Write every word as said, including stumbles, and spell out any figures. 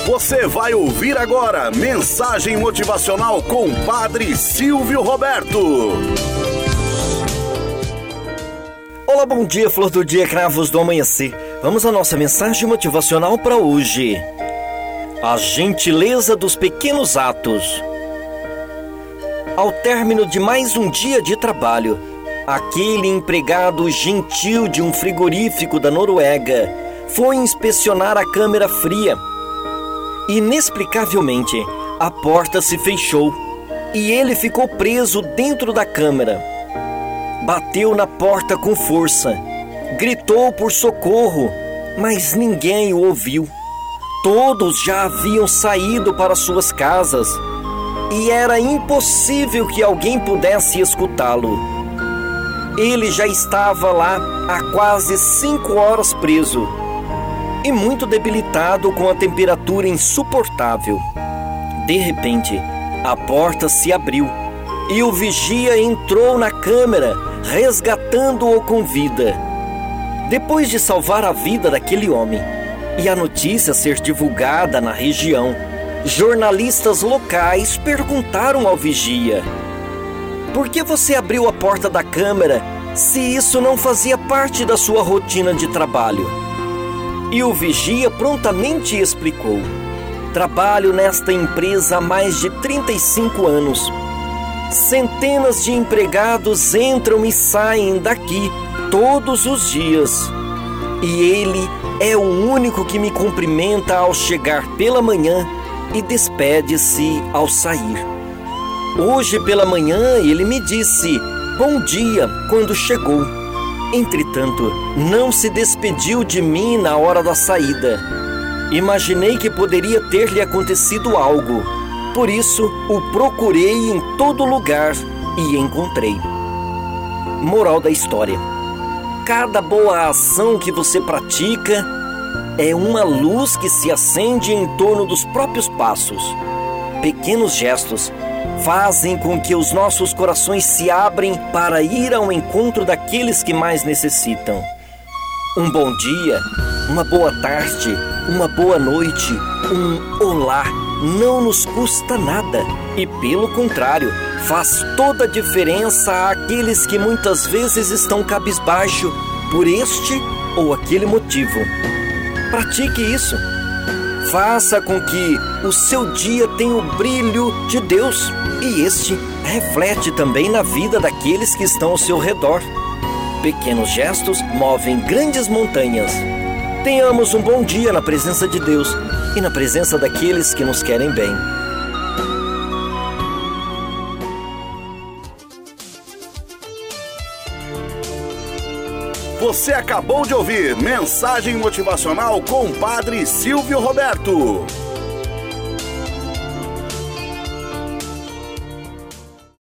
Você vai ouvir agora Mensagem Motivacional com Padre Silvio Roberto. Olá, bom dia, flor do dia, cravos do amanhecer. Vamos à nossa mensagem motivacional para hoje. A gentileza dos pequenos atos. Ao término de mais um dia de trabalho, aquele empregado gentil de um frigorífico da Noruega foi inspecionar a câmara fria. Inexplicavelmente, a porta se fechou e ele ficou preso dentro da câmara. Bateu na porta com força, gritou por socorro, mas ninguém o ouviu. Todos já haviam saído para suas casas e era impossível que alguém pudesse escutá-lo. Ele já estava lá há quase cinco horas preso e muito debilitado com a temperatura insuportável. De repente, a porta se abriu e o vigia entrou na câmara, resgatando-o com vida. Depois de salvar a vida daquele homem e a notícia ser divulgada na região, jornalistas locais perguntaram ao vigia: por que você abriu a porta da câmara se isso não fazia parte da sua rotina de trabalho? E o vigia prontamente explicou: trabalho nesta empresa há mais de trinta e cinco anos. Centenas de empregados entram e saem daqui todos os dias. E ele é o único que me cumprimenta ao chegar pela manhã e despede-se ao sair. Hoje pela manhã ele me disse bom dia quando chegou. Entretanto, não se despediu de mim na hora da saída. Imaginei que poderia ter-lhe acontecido algo. Por isso, o procurei em todo lugar e encontrei. Moral da história: cada boa ação que você pratica é uma luz que se acende em torno dos próprios passos. Pequenos gestos fazem com que os nossos corações se abrem para ir ao encontro daqueles que mais necessitam. Um bom dia, uma boa tarde, uma boa noite, um olá não nos custa nada e, pelo contrário, faz toda a diferença àqueles que muitas vezes estão cabisbaixo por este ou aquele motivo. Pratique isso. Faça com que o seu dia tenha o brilho de Deus e este reflete também na vida daqueles que estão ao seu redor. Pequenos gestos movem grandes montanhas. Tenhamos um bom dia na presença de Deus e na presença daqueles que nos querem bem. Você acabou de ouvir Mensagem Motivacional com Padre Silvio Roberto.